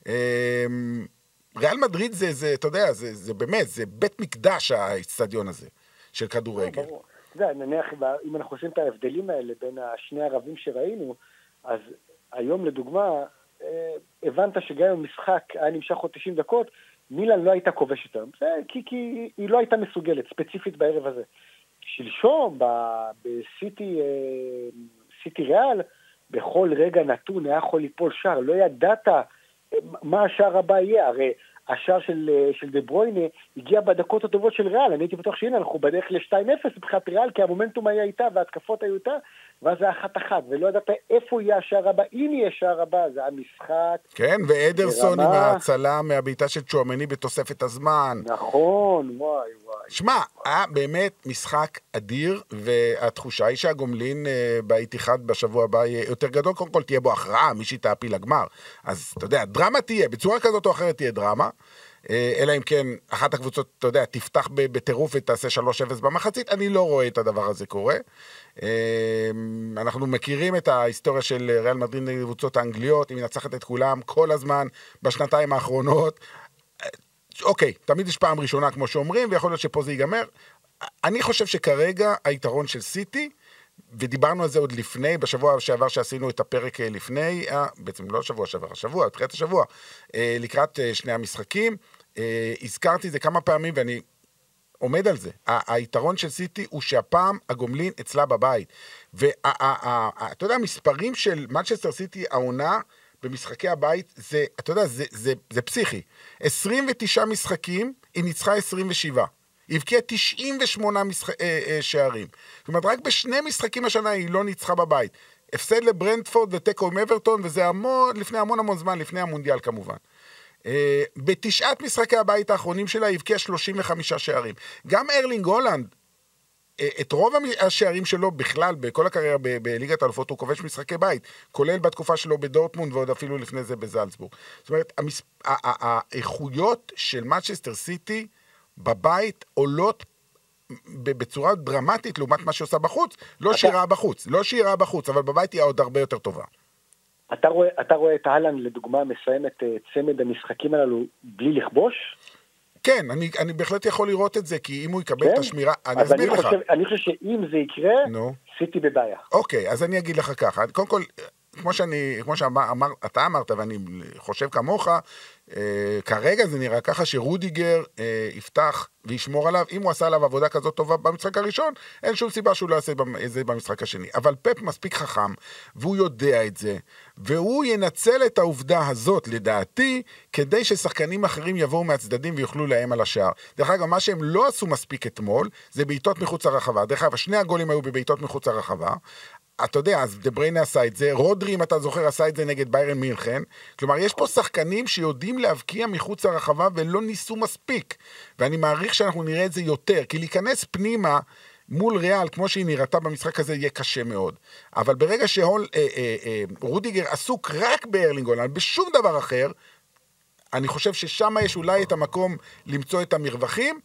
ריאל מדריד זה, זה, אתה יודע, זה, זה באמת, זה בית מקדש האצטדיון הזה, של כדורגל. ברור. זה, נניח, אם אנחנו עושים את ההבדלים האלה בין השני הערבים שראינו, אז היום, לדוגמה, הבנת שגם המשחק היה נמשך עוד תשעים דקות, מילאן לא הייתה כובשת היום, כי, כי היא לא הייתה מסוגלת, ספציפית בערב הזה. שלשום, בסיטי, סיטי ריאל, בכל רגע נתון היה יכול ליפול שער, לא ידעת מה השער הבא יהיה, הרי השער של, של דה ברוינה הגיע בדקות הטובות של ריאל, אני הייתי בטוח שהנה, אנחנו בדרך ל-שתיים אפס מבחינת ריאל, כי המומנטום היה איתה וההתקפות היו איתה, ואז זה אחת-אחת, ולא ידעת איפה יהיה השער הבא, אם יהיה השער הבא, זה היה משחק. כן, ואדרסון עם ההצלה מהביתה של צ'ואמני בתוספת הזמן. נכון, וואי וואי. שמע, היה באמת משחק אדיר, והתחושה היא שהגומלין באיתיחד בשבוע הבא יהיה יותר גדול, קודם כל תהיה בו הכרעה, מי שתעפיל לגמר. אז אתה יודע, דרמה תהיה, בצורה כזאת או אחרת תהיה דרמה, אלא אם כן, אחת הקבוצות, אתה יודע, תפתח בטירוף ותעשה שלוש אפס במחצית, אני לא רואה את הדבר הזה קורה. אנחנו מכירים את ההיסטוריה של ריאל מדריד נגד קבוצות האנגליות, היא מנצחת את כולם כל הזמן בשנתיים האחרונות. אוקיי, תמיד יש פעם ראשונה כמו שאומרים, ויכול להיות שפה זה ייגמר. אני חושב שכרגע היתרון של סיטי, ודיברנו על זה עוד לפני, בשבוע שעבר שעשינו את הפרק לפני, בעצם לא שבוע שעבר, השבוע, תחילת השבוע, לקראת שני המשחקים, הזכרתי זה כמה פעמים ואני עומד על זה. היתרון של סיטי הוא שהפעם הגומלין אצלה בבית. ואתה יודע, המספרים של מנצ'סטר סיטי העונה, במשחקי הבית, זה, אתה יודע, זה, זה, זה פסיכי. עשרים ותשעה משחקים, היא ניצחה עשרים ושבע. היא הבקיעה תשעים ושמונה משח... אה, אה, שערים. זאת אומרת, רק בשני משחקים השנה היא לא ניצחה בבית. הפסד לברנטפורד וטקו עם אברטון, וזה המון, לפני המון המון זמן, לפני המונדיאל כמובן. אה, בתשעת משחקי הבית האחרונים שלה, היא הבקיעה שלושים וחמישה שערים. גם ארלינג הולנד, את רוב השערים שלו בכלל, בכל הקריירה בליגת האלופות, הוא כובש משחקי בית, כולל בתקופה שלו בדורטמונד, ועוד אפילו לפני זה בזלצבורג. זאת אומרת, המס... האיכויות של מנצ'סטר סיטי בבית עולות בצורה דרמטית לעומת מה שעושה בחוץ, לא אתה... שירה בחוץ, לא שירה בחוץ, אבל בבית היא עוד הרבה יותר טובה. אתה רואה, אתה רואה את הלנד, לדוגמה, מסיים את צמד המשחקים הללו בלי לכבוש? כן, אני, אני בהחלט יכול לראות את זה, כי אם הוא יקבל כן? את השמירה, אני אז אסביר אני לך. חושב, אני חושב שאם זה יקרה, נו. סיטי בבעיה. אוקיי, אז אני אגיד לך ככה, קודם כל, כמו שאני, כמו שאתה אמרת, ואני חושב כמוך, אה, כרגע זה נראה ככה שרודיגר אה, יפתח וישמור עליו, אם הוא עשה עליו עבודה כזאת טובה במשחק הראשון, אין שום סיבה שהוא לא יעשה את זה במשחק השני. אבל פפ מספיק חכם, והוא יודע את זה, והוא ינצל את העובדה הזאת, לדעתי, כדי ששחקנים אחרים יבואו מהצדדים ויוכלו להם על השער. דרך אגב, מה שהם לא עשו מספיק אתמול, זה בעיטות מחוץ הרחבה. דרך אגב, שני הגולים היו בבעיטות מחוץ הרחבה, אתה יודע, אז דבריינה עשה את זה, רודרי, אם אתה זוכר, עשה את זה נגד ביירן מינכן, כלומר, יש פה שחקנים שיודעים להבקיע מחוץ הרחבה ולא ניסו מספיק, ואני מעריך שאנחנו נראה את זה יותר, כי להיכנס פנימה מול ריאל, כמו שהיא נראתה במשחק הזה, יהיה קשה מאוד. אבל ברגע שהול, אה, אה, אה, רודיגר עסוק רק בארלינג הולנד, בשום דבר אחר, אני חושב ששם יש אולי את המקום למצוא את המרווחים,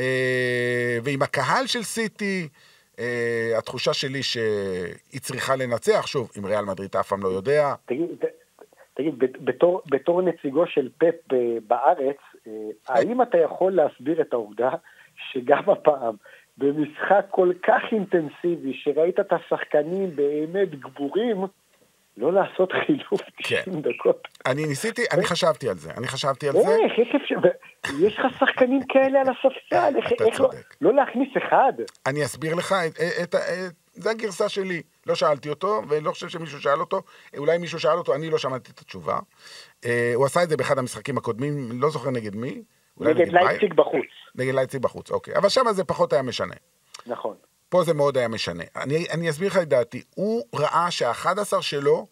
אה, ועם הקהל של סיטי, Uh, התחושה שלי שהיא צריכה לנצח, שוב, אם ריאל מדריד אף פעם לא יודע. תגיד, תגיד בתור, בתור נציגו של פפ בארץ, האם אתה יכול להסביר את העובדה שגם הפעם, במשחק כל כך אינטנסיבי, שראית את השחקנים באמת גבורים, לא לעשות חילוף תשעים דקות. אני ניסיתי, אני חשבתי על זה, אני חשבתי על זה. איך, איך אפשר, יש לך שחקנים כאלה על הספסל, איך לא להכניס אחד? אני אסביר לך, זה הגרסה שלי, לא שאלתי אותו, ולא חושב שמישהו שאל אותו, אולי מישהו שאל אותו, אני לא שמעתי את התשובה. הוא עשה את זה באחד המשחקים הקודמים, לא זוכר נגד מי. נגד לייפציג בחוץ. נגד לייפציג בחוץ, אוקיי. אבל שם זה פחות היה משנה. נכון. פה זה מאוד היה משנה. אני, אני אסביר לך את דעתי. הוא ראה שה-אחד עשר שלו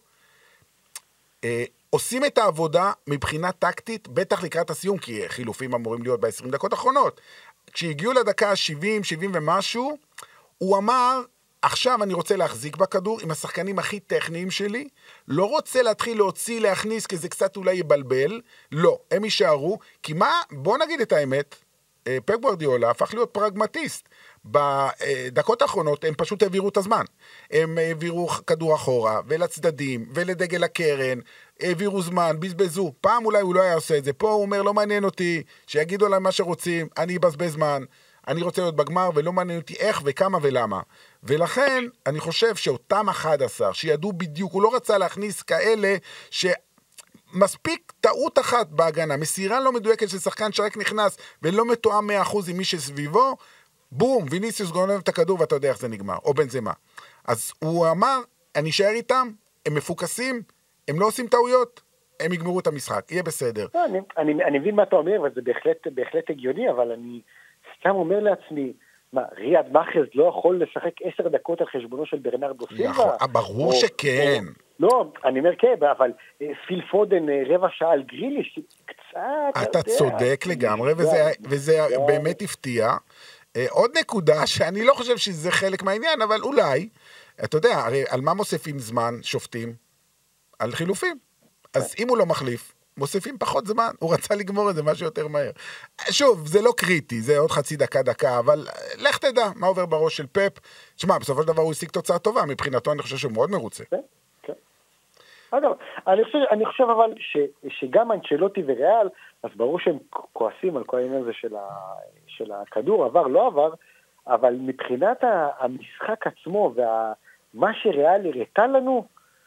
אה, עושים את העבודה מבחינה טקטית, בטח לקראת הסיום, כי חילופים אמורים להיות ב-עשרים דקות האחרונות. כשהגיעו לדקה שבעים, שבעים ומשהו, הוא אמר, עכשיו אני רוצה להחזיק בכדור עם השחקנים הכי טכניים שלי, לא רוצה להתחיל להוציא, להכניס, כי זה קצת אולי יבלבל. לא, הם יישארו, כי מה, בוא נגיד את האמת, פפ גוארדיולה הפך להיות פרגמטיסט. בדקות האחרונות הם פשוט העבירו את הזמן. הם העבירו כדור אחורה, ולצדדים, ולדגל הקרן, העבירו זמן, בזבזו. פעם אולי הוא לא היה עושה את זה. פה הוא אומר, לא מעניין אותי, שיגידו עליי מה שרוצים, אני אבזבז זמן, אני רוצה להיות בגמר, ולא מעניין אותי איך וכמה ולמה. ולכן, אני חושב שאותם אחד עשר, שידעו בדיוק, הוא לא רצה להכניס כאלה ש... מספיק טעות אחת בהגנה, מסירה לא מדויקת של שחקן שרק נכנס ולא מתואם מאה אחוז עם מי שסביבו, בום, ויניסיוס גונב את הכדור ואתה יודע איך זה נגמר, או בנזמה. אז הוא אמר, אני אשאר איתם, הם מפוקסים, הם לא עושים טעויות, הם יגמרו את המשחק, יהיה בסדר. לא, אני, אני, אני מבין מה אתה אומר, וזה בהחלט, בהחלט הגיוני, אבל אני סתם אומר לעצמי, מה, ריאד מאחז לא יכול לשחק עשר דקות על חשבונו של ברנרדו סילבה? ברור שכן. לא, אני אומר כן, אבל פיל פודן רבע שעה על גריליש, קצת... אתה צודק לגמרי, וזה באמת הפתיע. עוד נקודה, שאני לא חושב שזה חלק מהעניין, אבל אולי, אתה יודע, הרי על מה מוסיפים זמן שופטים? על חילופים. אז אם הוא לא מחליף, מוסיפים פחות זמן, הוא רצה לגמור את זה משהו יותר מהר. שוב, זה לא קריטי, זה עוד חצי דקה, דקה, אבל לך תדע מה עובר בראש של פפ. תשמע, בסופו של דבר הוא השיג תוצאה טובה, מבחינתו אני חושב שהוא מאוד מרוצה. כן, כן. אגב, אני חושב, אני חושב אבל ש, שגם אנצ'לוטי וריאל, אז ברור שהם כועסים על כל העניין הזה של, ה, של הכדור, עבר, לא עבר, אבל מבחינת המשחק עצמו, ומה שריאל הראתה לנו,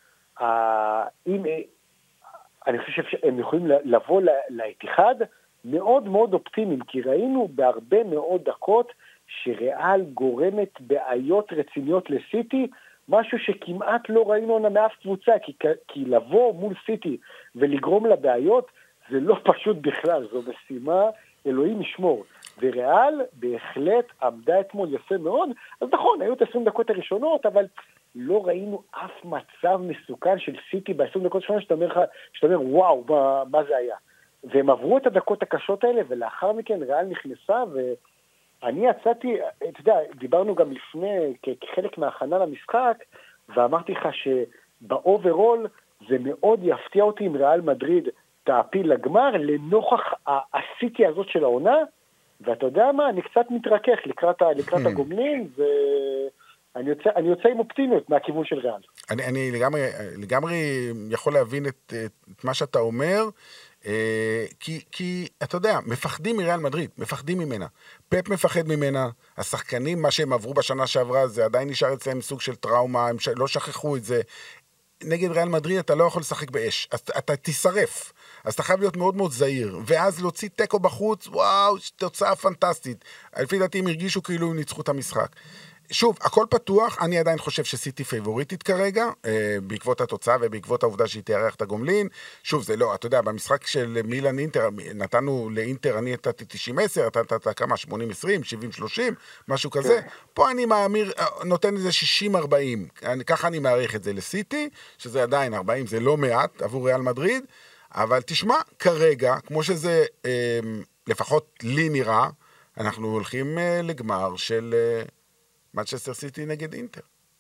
אם... אני חושב שהם יכולים לבוא לאתיחד מאוד מאוד אופטימיים, כי ראינו בהרבה מאוד דקות שריאל גורמת בעיות רציניות לסיטי, משהו שכמעט לא ראינו עונה מאף קבוצה, כי, כי לבוא מול סיטי ולגרום לבעיות, זה לא פשוט בכלל, זו משימה אלוהים ישמור. וריאל בהחלט עמדה אתמול יפה מאוד, אז נכון, היו את עשרים דקות הראשונות, אבל לא ראינו אף מצב מסוכן של סיטי ב-עשרים דקות הראשונות, שאתה אומר, שאתה אומר וואו, מה, מה זה היה? והם עברו את הדקות הקשות האלה, ולאחר מכן ריאל נכנסה, ואני יצאתי, אתה יודע, דיברנו גם לפני, כחלק מההכנה למשחק, ואמרתי לך שבאוברול זה מאוד יפתיע אותי עם ריאל מדריד תעפיל לגמר, לנוכח הסיטי הזאת של העונה, ואתה יודע מה, אני קצת מתרכך לקראת, לקראת הגומלין, ואני יוצא, אני יוצא עם אופטימיות מהכיוון של ריאל. אני, אני לגמרי, לגמרי יכול להבין את, את מה שאתה אומר, כי, כי אתה יודע, מפחדים מריאל מדריד, מפחדים ממנה. פפ מפחד ממנה, השחקנים, מה שהם עברו בשנה שעברה, זה עדיין נשאר אצלם סוג של טראומה, הם לא שכחו את זה. נגד ריאל מדריד אתה לא יכול לשחק באש, אז אתה תישרף, אז אתה חייב להיות מאוד מאוד זהיר, ואז להוציא טקו בחוץ, וואו, תוצאה פנטסטית. לפי דעתי הם הרגישו כאילו הם ניצחו את המשחק. שוב, הכל פתוח, אני עדיין חושב שסיטי פייבוריטית כרגע, בעקבות התוצאה ובעקבות העובדה שהיא תארח את הגומלין. שוב, זה לא, אתה יודע, במשחק של מילאן אינטר, נתנו לאינטר, אני נתתי תשעים עשר, אתה נתת כמה, שמונים עשרים, שבעים שלושים, משהו כזה. פה אני מאמיר, נותן איזה שישים ארבעים, ככה אני מעריך את זה לסיטי, שזה עדיין ארבעים, זה לא מעט עבור ריאל מדריד, אבל תשמע, כרגע, כמו שזה לפחות לי נראה, אנחנו הולכים לגמר של מנצ'סטר סיטי נגד אינטר.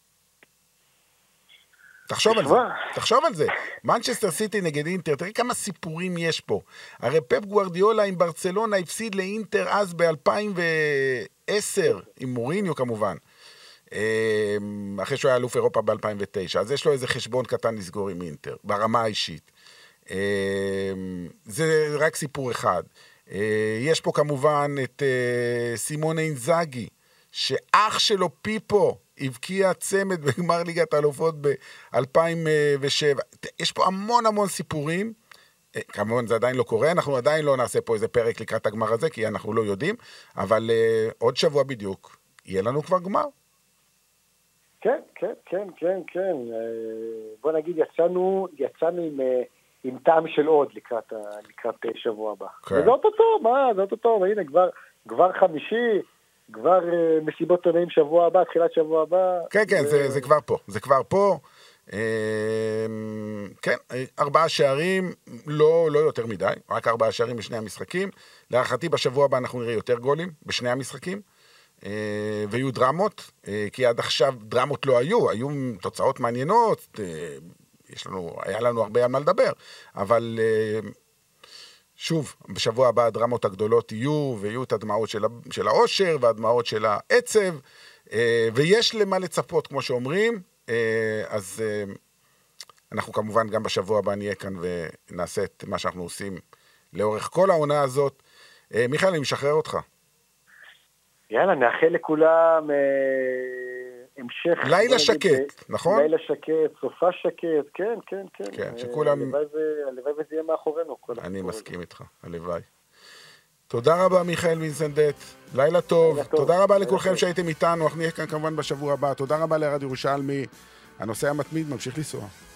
תחשוב על זה, תחשוב על זה. מנצ'סטר סיטי נגד אינטר, תראי כמה סיפורים יש פה. הרי פפ גוארדיולה עם ברצלונה הפסיד לאינטר אז ב-אלפיים ועשר, עם מוריניו כמובן, אחרי שהוא היה אלוף אירופה ב-אלפיים ותשע, אז יש לו איזה חשבון קטן לסגור עם אינטר, ברמה האישית. זה רק סיפור אחד. יש פה כמובן את סימון אינזאגי, שאח שלו פיפו הבקיע צמד בגמר ליגת האלופות ב-אלפיים ושבע. יש פה המון המון סיפורים, כמובן זה עדיין לא קורה, אנחנו עדיין לא נעשה פה איזה פרק לקראת הגמר הזה, כי אנחנו לא יודעים, אבל uh, עוד שבוע בדיוק, יהיה לנו כבר גמר. כן, כן, כן, כן, כן. בוא נגיד, יצאנו, יצאנו עם, עם טעם של עוד לקראת, לקראת שבוע הבא. כן. וזה אותו טוב, מה? זה אותו טוב, הנה, כבר, כבר חמישי, כבר מסיבות עונאים שבוע הבא, תחילת שבוע הבא. כן, כן, ו... זה, זה כבר פה, זה כבר פה. כן, ארבעה שערים, לא, לא יותר מדי, רק ארבעה שערים בשני המשחקים. להערכתי בשבוע הבא אנחנו נראה יותר גולים בשני המשחקים, ויהיו דרמות, כי עד עכשיו דרמות לא היו, היו תוצאות מעניינות, יש לנו, היה לנו הרבה על מה לדבר, אבל שוב, בשבוע הבא הדרמות הגדולות יהיו, ויהיו את הדמעות של, של האושר, והדמעות של העצב, ויש למה לצפות, כמו שאומרים, אז אנחנו כמובן גם בשבוע הבא נהיה כאן, ונעשה את מה שאנחנו עושים לאורך כל העונה הזאת. מיכאל, אני משחרר אותך. יאללה, נאחל לכולם המשך... לילה שקט, נכון? לילה שקט, סופה שקט, כן, כן, כן. כן, שכולם... הלוואי וזה יהיה מאחורינו. אני מסכים איתך, הלוואי. תודה רבה, מיכאל וינסנדט. לילה טוב. תודה רבה לכולכם שהייתם איתנו. אנחנו נהיה כאן כמובן בשבוע הבא. תודה רבה לרד ירושלמי. הנושא המתמיד ממשיך לנסוע.